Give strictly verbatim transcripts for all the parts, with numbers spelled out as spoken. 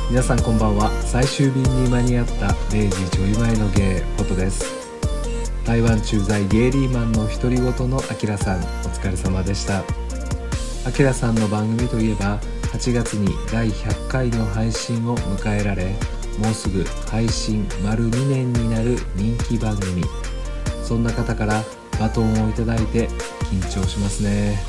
皆さんこんばんは。最終便に間に合ったれいじちょい前のゲイフォトです。台湾駐在ゲイリーマンの独り言のあきらさん、お疲れ様でした。あきらさんの番組といえばはちがつにだいひゃっかいの配信を迎えられ、もうすぐ配信丸にねんになる人気番組。そんな方からバトンをいただいて緊張しますね。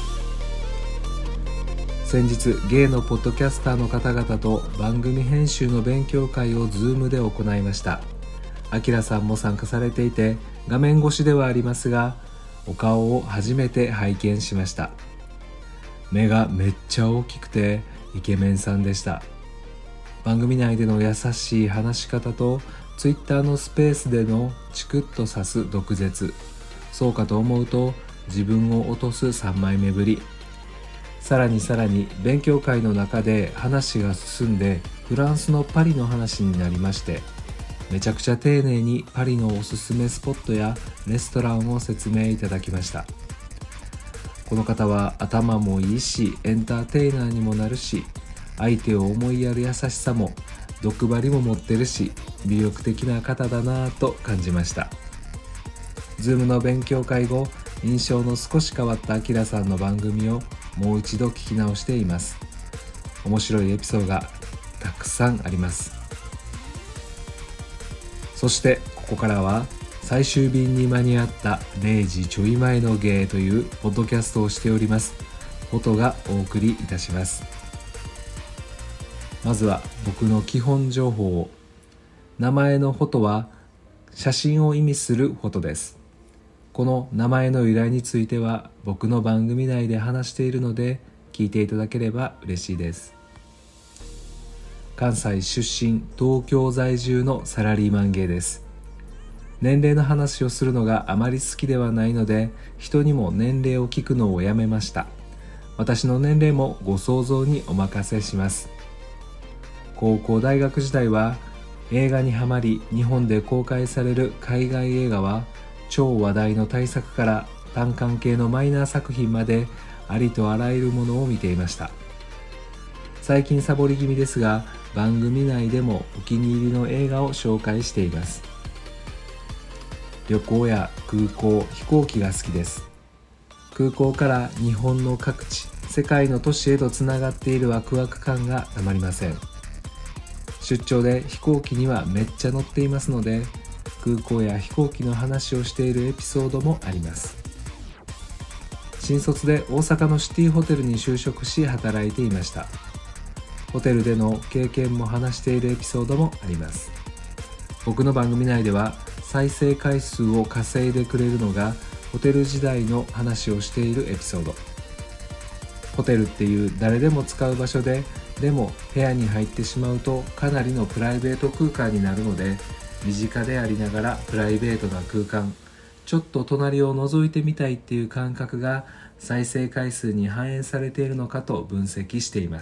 先日ゲイのポッドキャスターの方々と番組編集の勉強会を Zoom で行いました。あきらさんも参加されていて、画面越しではありますがお顔を初めて拝見しました。目がめっちゃ大きくてイケメンさんでした。番組内での優しい話し方と Twitter のスペースでのチクッと刺す毒舌、そうかと思うと自分を落とすさんまいめぶり。さらにさらに勉強会の中で話が進んでフランスのパリの話になりまして、めちゃくちゃ丁寧にパリのおすすめスポットやレストランを説明いただきました。この方は頭もいいしエンターテイナーにもなるし、相手を思いやる優しさも毒針も持ってるし、魅力的な方だなぁと感じました。Zoom の勉強会後、印象の少し変わったあきらさんの番組をもう一度聞き直しています。面白いエピソードがたくさんあります。そしてここからは最終便に間に合ったれいじちょい前のゲイというポッドキャストをしておりますフォトがお送りいたします。まずは僕の基本情報を。名前のフォトは写真を意味するフォトです。この名前の由来については僕の番組内で話しているので聞いていただければ嬉しいです。関西出身、東京在住のサラリーマンゲイです。年齢の話をするのがあまり好きではないので、人にも年齢を聞くのをやめました。私の年齢もご想像にお任せします。高校大学時代は映画にハマり、日本で公開される海外映画は超話題の大作から単館系のマイナー作品までありとあらゆるものを見ていました。最近サボり気味ですが、番組内でもお気に入りの映画を紹介しています。旅行や空港、飛行機が好きです。空港から日本の各地、世界の都市へとつながっているワクワク感がたまりません。出張で飛行機にはめっちゃ乗っていますので、空港や飛行機の話をしているエピソードもあります。新卒で大阪のシティホテルに就職し働いていました。ホテルでの経験も話しているエピソードもあります。僕の番組内では再生回数を稼いでくれるのがホテル時代の話をしているエピソード。ホテルっていう誰でも使う場所で、でも部屋に入ってしまうとかなりのプライベート空間になるので、身近でありながらプライベートな空間、ちょっと隣を覗いてみたいっていう感覚が再生回数に反映されているのかと分析しています。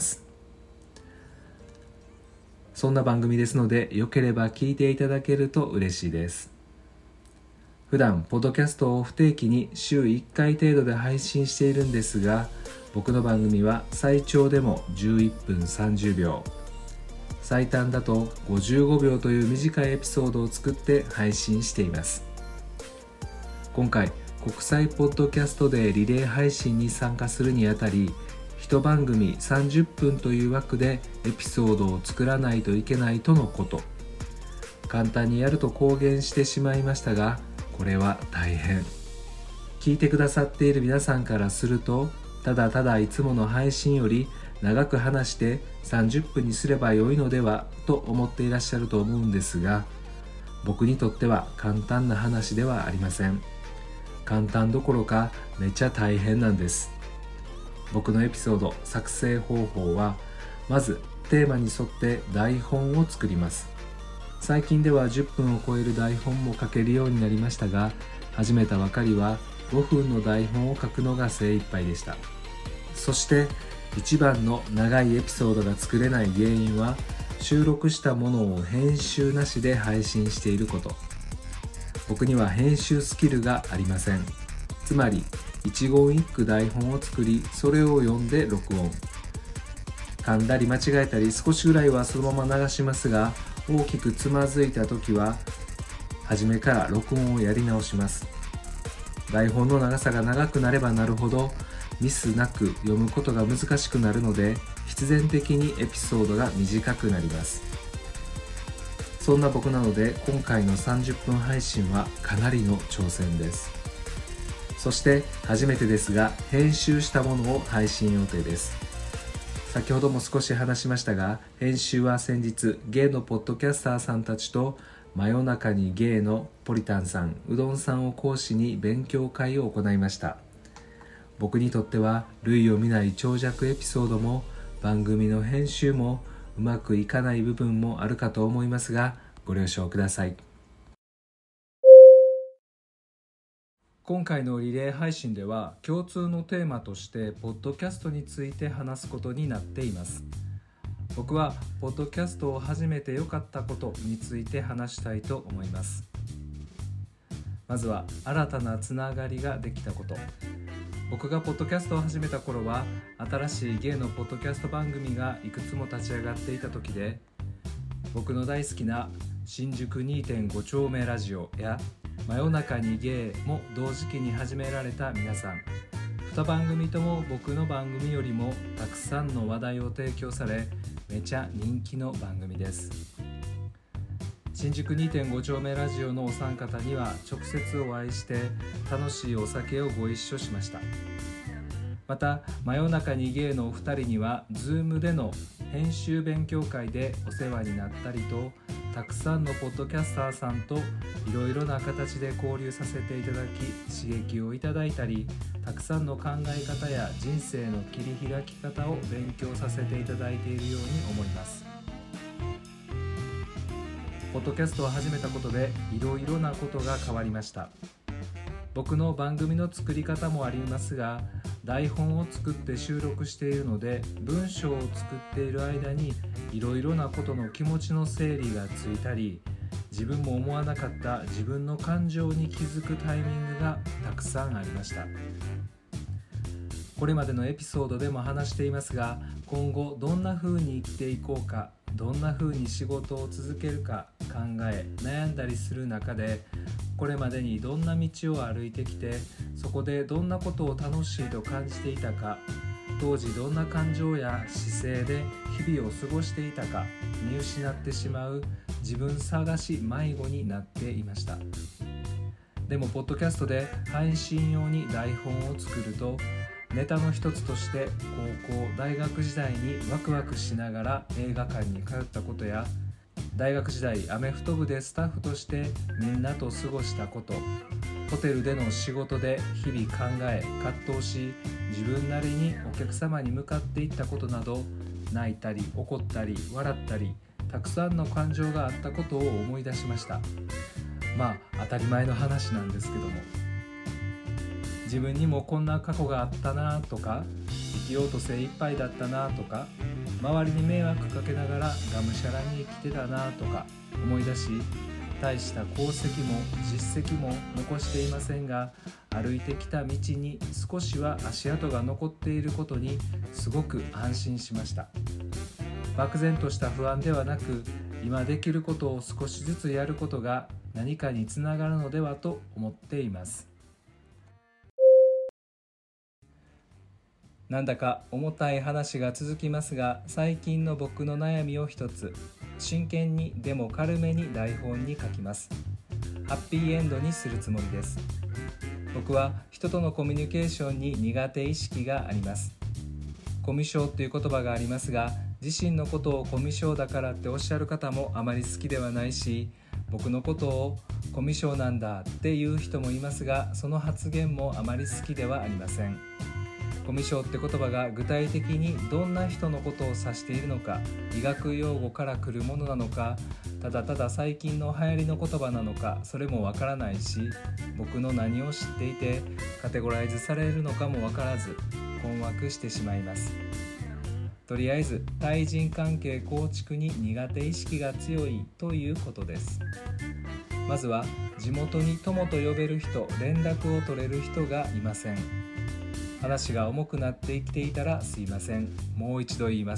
そんな番組ですので、よければ聞いていただけると嬉しいです。普段ポッドキャストを不定期に週いっかい程度で配信しているんですが、僕の番組は最長でもじゅういっぷんさんじゅうびょう、最短だとごじゅうごびょうという短いエピソードを作って配信しています。今回国際ポッドキャストでリレー配信に参加するにあたり、一番組さんじゅっぷんという枠でエピソードを作らないといけないとのこと。簡単にやると公言してしまいましたが、これは大変。聞いてくださっている皆さんからすると、ただただいつもの配信より長く話してさんじゅっぷんにすればよいのではと思っていらっしゃると思うんですが、僕にとっては簡単な話ではありません。簡単どころかめっちゃ大変なんです。僕のエピソード作成方法は、まずテーマに沿って台本を作ります。最近ではじゅっぷんを超える台本も書けるようになりましたが、始めたばかりはごふんの台本を書くのが精一杯でした。そして一番の長いエピソードが作れない原因は、収録したものを編集なしで配信していること。僕には編集スキルがありません。つまり一言一句台本を作り、それを読んで録音。 噛んだり間違えたり少しぐらいはそのまま流しますが、大きくつまずいた時は初めから録音をやり直します。台本の長さが長くなればなるほどミスなく読むことが難しくなるので、必然的にエピソードが短くなります。そんな僕なので今回のさんじゅっぷん配信はかなりの挑戦です。そして初めてですが編集したものを配信予定です。先ほども少し話しましたが、編集は先日ゲイのポッドキャスターさんたちと真夜中にゲイのポリタンさん、うどんさんを講師に勉強会を行いました。僕にとっては類を見ない長尺エピソードも番組の編集もうまくいかない部分もあるかと思いますが、ご了承ください。今回のリレー配信では共通のテーマとしてポッドキャストについて話すことになっています。僕はポッドキャストを始めてよかったことについて話したいと思います。まずは新たなつながりができたこと。僕がポッドキャストを始めた頃は新しいゲイのポッドキャスト番組がいくつも立ち上がっていた時で、僕の大好きな新宿 にてんご 丁目ラジオや真夜中にゲイも同時期に始められた皆さん、に番組とも僕の番組よりもたくさんの話題を提供され、めちゃ人気の番組です。新宿 にてんご 丁目ラジオのお三方には直接お会いして楽しいお酒をご一緒しました。また真夜中にゲイのお二人には Zoom での編集勉強会でお世話になったりと、たくさんのポッドキャスターさんといろいろな形で交流させていただき、刺激をいただいたり、たくさんの考え方や人生の切り開き方を勉強させていただいているように思います。ポッドキャストを始めたことでいろいろなことが変わりました。僕の番組の作り方もありますが、台本を作って収録しているので、文章を作っている間にいろいろなことの気持ちの整理がついたり、自分も思わなかった自分の感情に気づくタイミングがたくさんありました。これまでのエピソードでも話していますが、今後どんな風に生きていこうか、どんな風に仕事を続けるか考え悩んだりする中で、これまでにどんな道を歩いてきて、そこでどんなことを楽しいと感じていたか、当時どんな感情や姿勢で日々を過ごしていたか見失ってしまう自分探し迷子になっていました。でもポッドキャストで配信用に台本を作ると、ネタの一つとして高校大学時代にワクワクしながら映画館に通ったことや、大学時代アメフト部でスタッフとしてみんなと過ごしたこと、ホテルでの仕事で日々考え葛藤し、自分なりにお客様に向かっていったことなど、泣いたり怒ったり笑ったり、たくさんの感情があったことを思い出しました。まあ当たり前の話なんですけども、自分にもこんな過去があったなとか、生きようと精一杯だったなとか、周りに迷惑かけながらがむしゃらに生きてたなとか思い出し、大した功績も実績も残していませんが、歩いてきた道に少しは足跡が残っていることにすごく安心しました。漠然とした不安ではなく、今できることを少しずつやることが何かにつながるのではと思っています。なんだか重たい話が続きますが、最近の僕の悩みを一つ真剣にでも軽めに台本に書きます。ハッピーエンドにするつもりです。僕は人とのコミュニケーションに苦手意識があります。コミュ障という言葉がありますが、自身のことをコミュ障だからっておっしゃる方もあまり好きではないし、僕のことをコミュ障なんだっていう人もいますが、その発言もあまり好きではありません。コミュ障って言葉が具体的にどんな人のことを指しているのか、医学用語から来るものなのか、ただただ最近の流行りの言葉なのか、それもわからないし、僕の何を知っていてカテゴライズされるのかもわからず困惑してしまいます。とりあえず対人関係構築に苦手意識が強いということです。まずは地元に友と呼べる人、連絡を取れる人がいません。話が重くなってきていたらすいません。もう一度言います。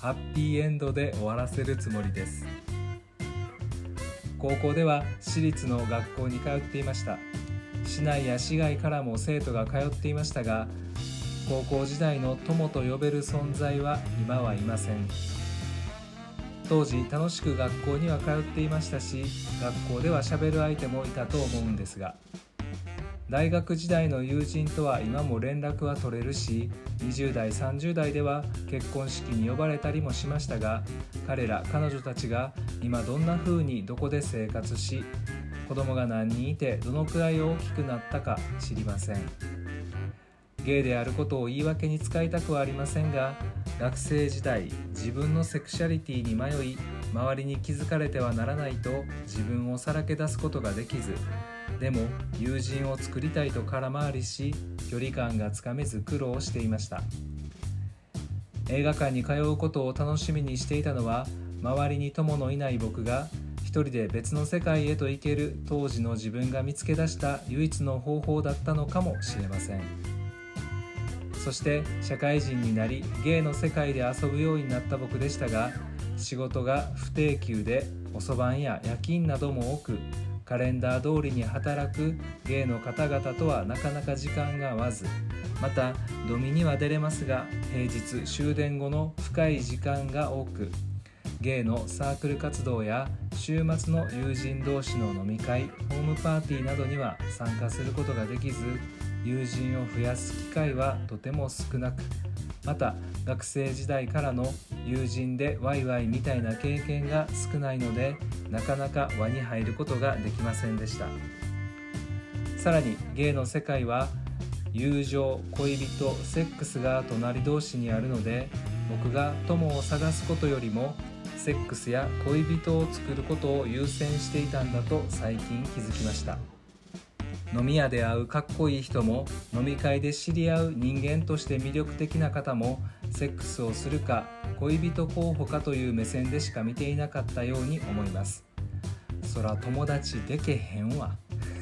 ハッピーエンドで終わらせるつもりです。高校では私立の学校に通っていました。市内や市外からも生徒が通っていましたが、高校時代の友と呼べる存在は今はいません。当時楽しく学校には通っていましたし、学校では喋る相手もいたと思うんですが、大学時代の友人とは今も連絡は取れるし、にじゅう代さんじゅう代では結婚式に呼ばれたりもしましたが、彼ら彼女たちが今どんな風にどこで生活し、子供が何人いてどのくらい大きくなったか知りません。ゲイであることを言い訳に使いたくはありませんが、学生時代自分のセクシャリティに迷い、周りに気づかれてはならないと自分をさらけ出すことができず、でも友人を作りたいと空回りし、距離感がつかめず苦労していました。映画館に通うことを楽しみにしていたのは、周りに友のいない僕が一人で別の世界へと行ける当時の自分が見つけ出した唯一の方法だったのかもしれません。そして社会人になり、ゲイの世界で遊ぶようになった僕でしたが、仕事が不定休で遅番や夜勤なども多く、カレンダー通りに働くゲイの方々とはなかなか時間が合わず、また飲みには出れますが、平日終電後の深い時間が多く、ゲイのサークル活動や週末の友人同士の飲み会、ホームパーティーなどには参加することができず、友人を増やす機会はとても少なく、また学生時代からの友人でワイワイみたいな経験が少ないので、なかなか輪に入ることができませんでした。さらにゲイの世界は友情、恋人、セックスが隣同士にあるので、僕が友を探すことよりもセックスや恋人を作ることを優先していたんだと最近気づきました。飲み屋で会うかっこいい人も、飲み会で知り合う人間として魅力的な方も、セックスをするか恋人候補かという目線でしか見ていなかったように思います。そら友達でけへんわ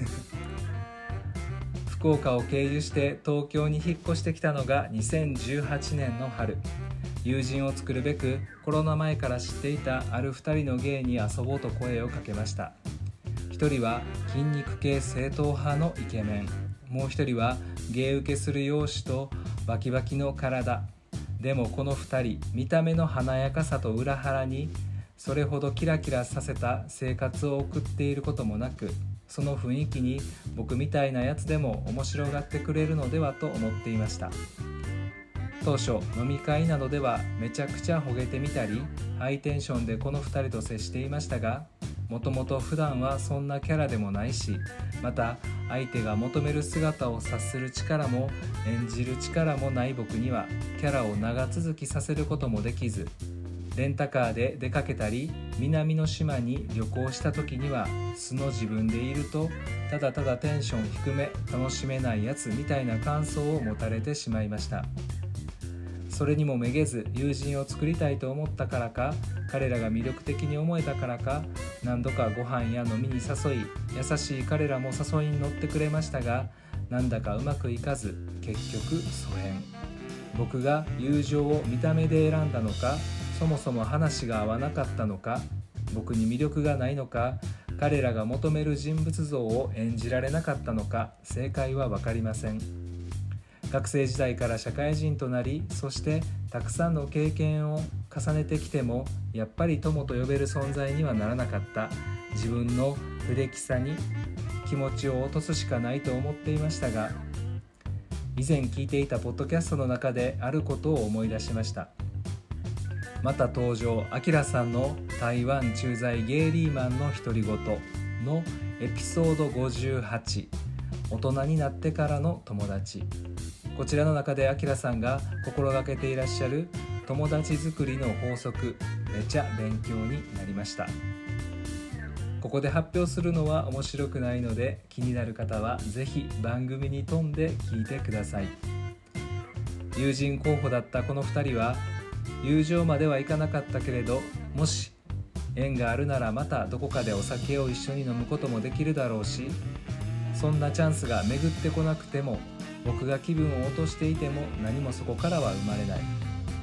福岡を経由して東京に引っ越してきたのがにせんじゅうはちねんの春。友人を作るべくコロナ前から知っていたあるふたりのゲイに遊ぼうと声をかけました。ひとりは筋肉系正統派のイケメン、もう一人はゲイ受けする容姿とバキバキの体。でもこのふたり、見た目の華やかさと裏腹にそれほどキラキラさせた生活を送っていることもなく、その雰囲気に僕みたいなやつでも面白がってくれるのではと思っていました。当初飲み会などではめちゃくちゃほげてみたり、ハイテンションでこのふたりと接していましたが、もともと普段はそんなキャラでもないし、また相手が求める姿を察する力も演じる力もない僕には、キャラを長続きさせることもできず、レンタカーで出かけたり南の島に旅行した時には素の自分でいると、ただただテンション低め、楽しめないやつみたいな感想を持たれてしまいました。それにもめげず友人を作りたいと思ったからか、彼らが魅力的に思えたからか、何度かご飯や飲みに誘い、優しい彼らも誘いに乗ってくれましたが、なんだかうまくいかず結局疎遠。僕が友情を見た目で選んだのか、そもそも話が合わなかったのか、僕に魅力がないのか、彼らが求める人物像を演じられなかったのか、正解は分かりません。学生時代から社会人となり、そしてたくさんの経験を重ねてきても、やっぱり友と呼べる存在にはならなかった自分の不出来さに気持ちを落とすしかないと思っていましたが、以前聞いていたポッドキャストの中であることを思い出しました。また登場、あきらさんの台湾駐在ゲイリーマンの独り言のエピソードごじゅうはち、大人になってからの友達。こちらの中であきらさんが心がけていらっしゃる友達作りの法則、めちゃ勉強になりました。ここで発表するのは面白くないので、気になる方はぜひ番組に飛んで聞いてください。友人候補だったこのふたりは、友情まではいかなかったけれど、もし縁があるならまたどこかでお酒を一緒に飲むこともできるだろうし、そんなチャンスが巡ってこなくても、僕が気分を落としていても何もそこからは生まれない。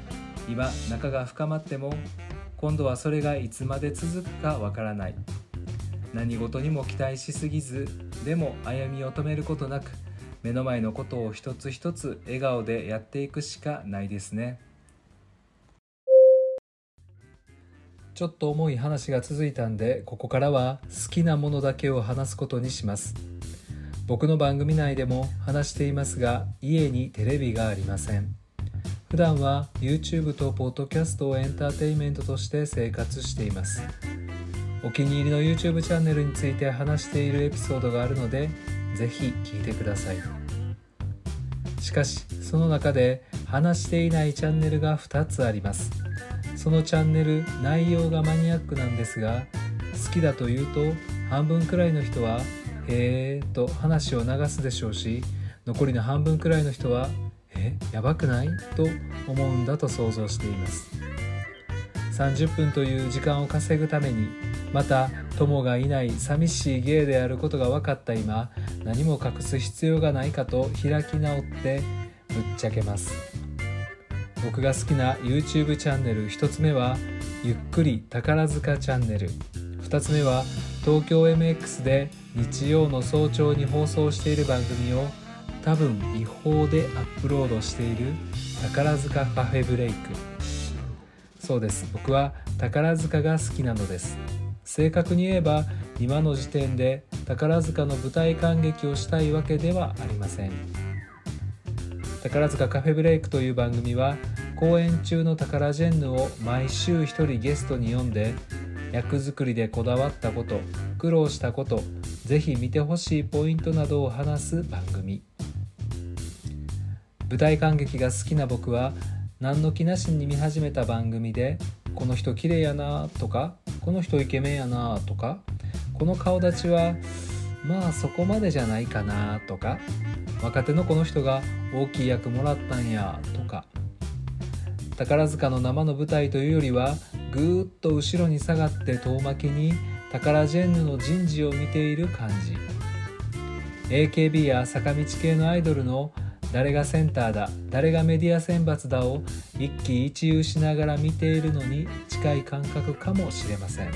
今仲が深まっても今度はそれがいつまで続くかわからない。何事にも期待しすぎず、でも歩みを止めることなく目の前のことを一つ一つ笑顔でやっていくしかないですね。ちょっと重い話が続いたんで、ここからは好きなものだけを話すことにします。僕の番組内でも話していますが、家にテレビがありません。普段は YouTube と Podcast をエンターテインメントとして生活しています。お気に入りの YouTube チャンネルについて話しているエピソードがあるので、ぜひ聞いてください。しかし、その中で話していないチャンネルがふたつあります。そのチャンネル、内容がマニアックなんですが、好きだというと半分くらいの人はへーと話を流すでしょうし、残りの半分くらいの人はえ、やばくない?と思うんだと想像しています。さんじゅっぷんという時間を稼ぐために、また友がいない寂しい芸であることが分かった今、何も隠す必要がないかと開き直ってぶっちゃけます。僕が好きな YouTube チャンネル、ひとつめはゆっくり宝塚チャンネル、ふたつめは東京 エムエックス で日曜の早朝に放送している番組を多分違法でアップロードしている宝塚カフェブレイク。そうです、僕は宝塚が好きなのです。正確に言えば今の時点で宝塚の舞台観劇をしたいわけではありません。宝塚カフェブレイクという番組は、公演中のタカラジェンヌを毎週一人ゲストに呼んで、役作りでこだわったこと、苦労したこと、ぜひ見てほしいポイントなどを話す番組。舞台観劇が好きな僕は、何の気なしに見始めた番組で、この人綺麗やなとか、この人イケメンやなとか、この顔立ちはまあそこまでじゃないかなとか、若手のこの人が大きい役もらったんやとか、宝塚の生の舞台というよりはぐーっと後ろに下がって遠巻きにタカラジェンヌの人事を見ている感じ。 エーケービー や坂道系のアイドルの誰がセンターだ、誰がメディア選抜だを一喜一憂しながら見ているのに近い感覚かもしれません。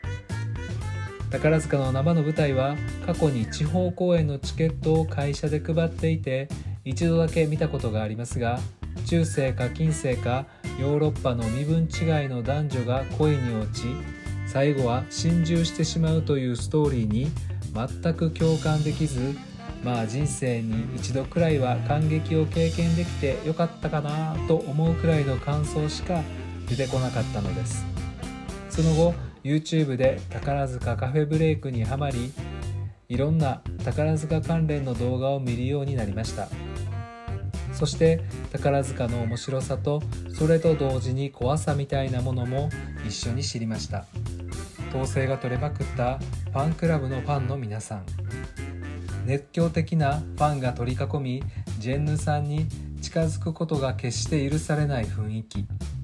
宝塚の生の舞台は過去に地方公演のチケットを会社で配っていて、一度だけ見たことがありますが、中世か近世かヨーロッパの身分違いの男女が恋に落ち、最後は心中してしまうというストーリーに全く共感できず、まあ人生に一度くらいは感激を経験できてよかったかなと思うくらいの感想しか出てこなかったのです。その後 YouTube で宝塚カフェブレイクにはまり、いろんな宝塚関連の動画を見るようになりました。そして宝塚の面白さとそれと同時に怖さみたいなものも一緒に知りました。統制が取れまくったファンクラブのファンの皆さん、熱狂的なファンが取り囲み、ジェンヌさんに近づくことが決して許されない雰囲気。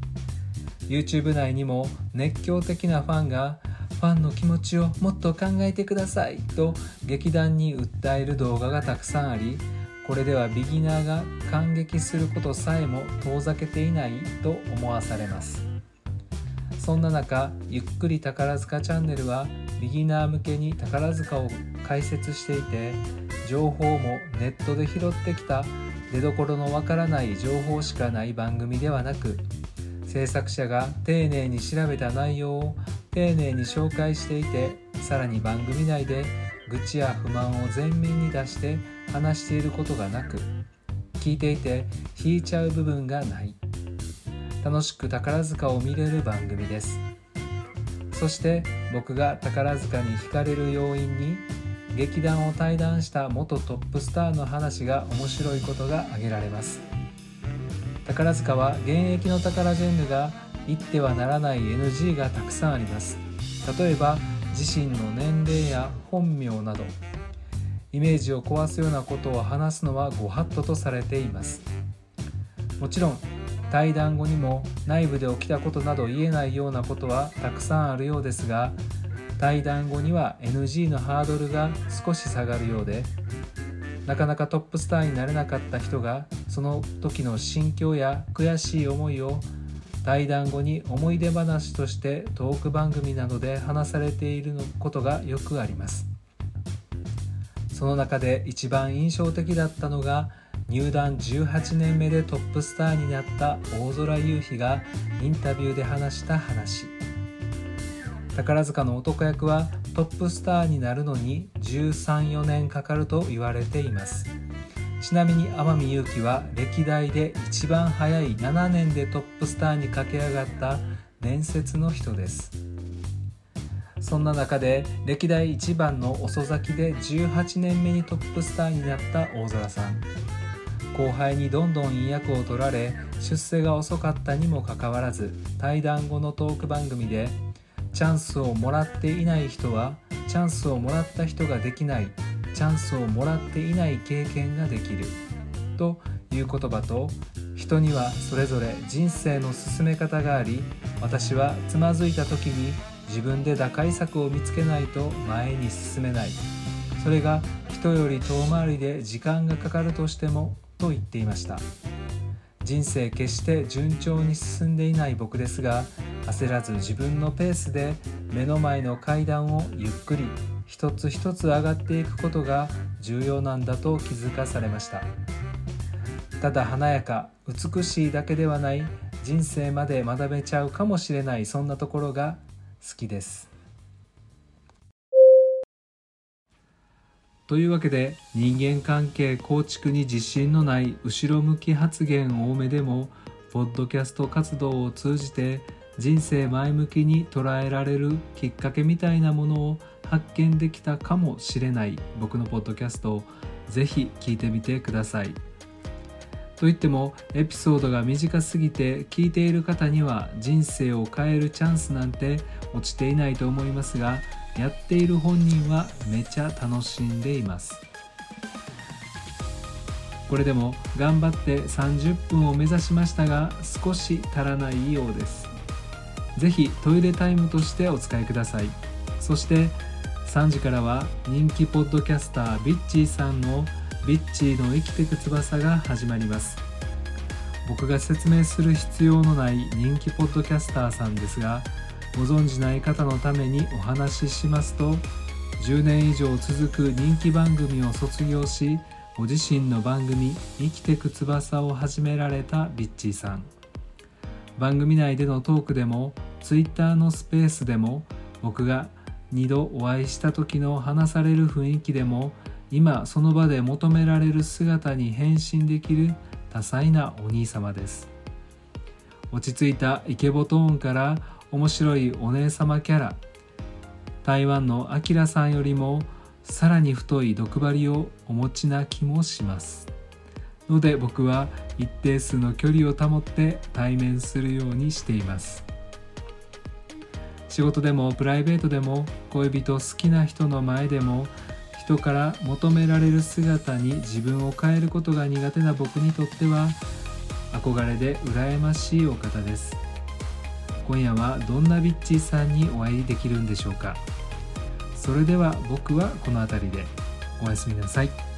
YouTube 内にも熱狂的なファンがファンの気持ちをもっと考えてくださいと劇団に訴える動画がたくさんあり、これではビギナーが感激することさえも遠ざけていないと思わされます。そんな中、ゆっくり宝塚チャンネルはビギナー向けに宝塚を解説していて、情報もネットで拾ってきた出どころのわからない情報しかない番組ではなく、制作者が丁寧に調べた内容を丁寧に紹介していて、さらに番組内で愚痴や不満を前面に出して話していることがなく、聞いていて引いちゃう部分がない、楽しく宝塚を見れる番組です。そして僕が宝塚に惹かれる要因に、劇団を退団した元トップスターの話が面白いことが挙げられます。宝塚は現役のタカラジェンヌが言ってはならない エヌジー がたくさんあります。例えば自身の年齢や本名など、イメージを壊すようなことを話すのはご法度とされています。もちろん対談後にも内部で起きたことなど言えないようなことはたくさんあるようですが、対談後には エヌジー のハードルが少し下がるようで、なかなかトップスターになれなかった人がその時の心境や悔しい思いを対談後に思い出話としてトーク番組などで話されていることがよくあります。その中で一番印象的だったのが、入団じゅうはちねんめでトップスターになった大空悠飛がインタビューで話した話。宝塚の男役はトップスターになるのにじゅうさん、よねんかかると言われています。ちなみに天海祐希は歴代で一番早いななねんでトップスターに駆け上がった伝説の人です。そんな中で歴代一番の遅咲きでじゅうはちねんめにトップスターになった大空さん。後輩にどんどんいい役を取られ、出世が遅かったにもかかわらず、対談後のトーク番組で、チャンスをもらっていない人はチャンスをもらった人ができない、チャンスをもらっていない経験ができるという言葉と、人にはそれぞれ人生の進め方があり、私はつまずいた時に自分で打開策を見つけないと前に進めない、それが人より遠回りで時間がかかるとしてもと言っていました。人生決して順調に進んでいない僕ですが、焦らず自分のペースで目の前の階段をゆっくり一つ一つ上がっていくことが重要なんだと気づかされました。ただ華やか美しいだけではない、人生まで学べちゃうかもしれない、そんなところが好きです。というわけで、人間関係構築に自信のない後ろ向き発言多めでも、ポッドキャスト活動を通じて人生前向きに捉えられるきっかけみたいなものを発見できたかもしれない僕のポッドキャストをぜひ聞いてみてください。といってもエピソードが短すぎて聞いている方には人生を変えるチャンスなんて落ちていないと思いますが、やっている本人はめちゃ楽しんでいます。これでも頑張ってさんじゅっぷんを目指しましたが、少し足らないようです。ぜひトイレタイムとしてお使いください。そしてさんじからは人気ポッドキャスタービッチーさんのビッチーの生きてく翼が始まります。僕が説明する必要のない人気ポッドキャスターさんですが、ご存じない方のためにお話ししますと、じゅうねん以上続く人気番組を卒業し、ご自身の番組生きてく翼を始められたビッチーさん。番組内でのトークでもツイッターのスペースでも、僕がにどお会いした時の話される雰囲気でも、今その場で求められる姿に変身できる多彩なお兄様です。落ち着いたイケボトーンから面白いお姉様キャラ、台湾のアキラさんよりもさらに太い毒針をお持ちな気もしますので、僕は一定数の距離を保って対面するようにしています。仕事でもプライベートでも、恋人、好きな人の前でも、人から求められる姿に自分を変えることが苦手な僕にとっては憧れで羨ましいお方です。今夜はどんなビッチーさんにお会いできるんでしょうか。それでは僕はこの辺りで。おやすみなさい。